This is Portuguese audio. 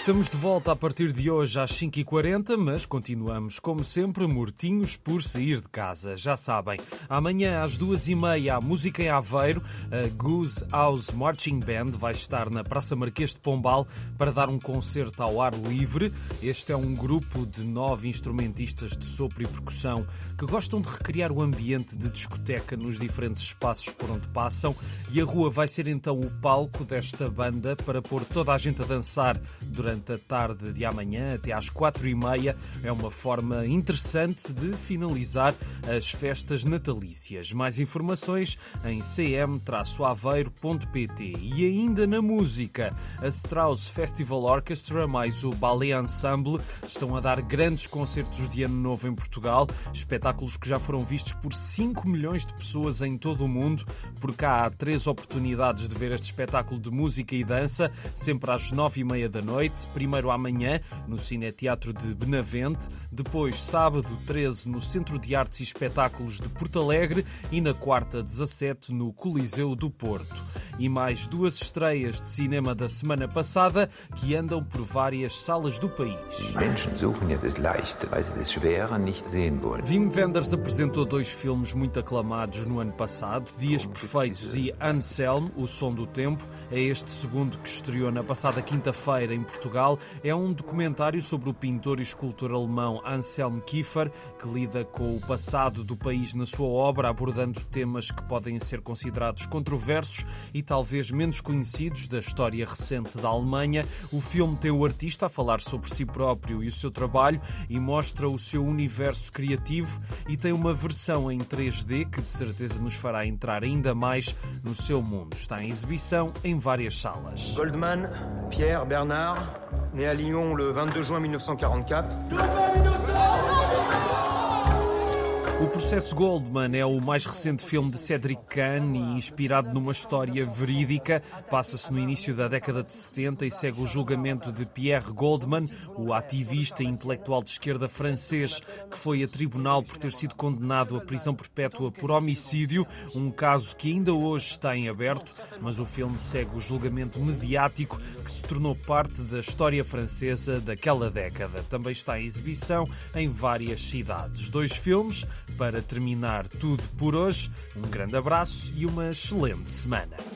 Estamos de volta a partir de hoje às 5h40, mas continuamos, como sempre, mortinhos por sair de casa. Já sabem, amanhã às 2h30 há música em Aveiro. A Goose House Marching Band vai estar na Praça Marquês de Pombal para dar um concerto ao ar livre. Este é um grupo de 9 instrumentistas de sopro e percussão que gostam de recriar o ambiente de discoteca nos diferentes espaços por onde passam, e a rua vai ser então o palco desta banda para pôr toda a gente a dançar durante a tarde de amanhã até às 4h30. É uma forma interessante de finalizar as festas natalícias. Mais informações em cm-aveiro.pt. E ainda na música, a Strauss Festival Orchestra mais o Ballet Ensemble estão a dar grandes concertos de Ano Novo em Portugal, espetáculos que já foram vistos por 5 milhões de pessoas em todo o mundo. Por cá há 3 oportunidades de ver este espetáculo de música e dança, sempre às 9h30 da noite. Primeiro amanhã no Cineteatro de Benavente, depois sábado 13 no Centro de Artes e Espetáculos de Porto Alegre e na quarta 17 no Coliseu do Porto. E mais 2 estreias de cinema da semana passada que andam por várias salas do país. Wim Wenders apresentou 2 filmes muito aclamados no ano passado, Dias Perfeitos e Anselm, O Som do Tempo. É este segundo que estreou na passada quinta-feira em Portugal. É um documentário sobre o pintor e escultor alemão Anselm Kiefer, que lida com o passado do país na sua obra, abordando temas que podem ser considerados controversos e talvez menos conhecidos da história recente da Alemanha. O filme tem o artista a falar sobre si próprio e o seu trabalho e mostra o seu universo criativo, e tem uma versão em 3D que de certeza nos fará entrar ainda mais no seu mundo. Está em exibição em várias salas. Goldman, Pierre Bernard, né à Lyon le 22 juin 1944. O Processo Goldman é o mais recente filme de Cédric Kahn e inspirado numa história verídica. Passa-se no início da década de 70 e segue o julgamento de Pierre Goldman, o ativista e intelectual de esquerda francês que foi a tribunal por ter sido condenado à prisão perpétua por homicídio, um caso que ainda hoje está em aberto, mas o filme segue o julgamento mediático que se tornou parte da história francesa daquela década. Também está em exibição em várias cidades. 2 filmes para terminar tudo por hoje. Um grande abraço e uma excelente semana.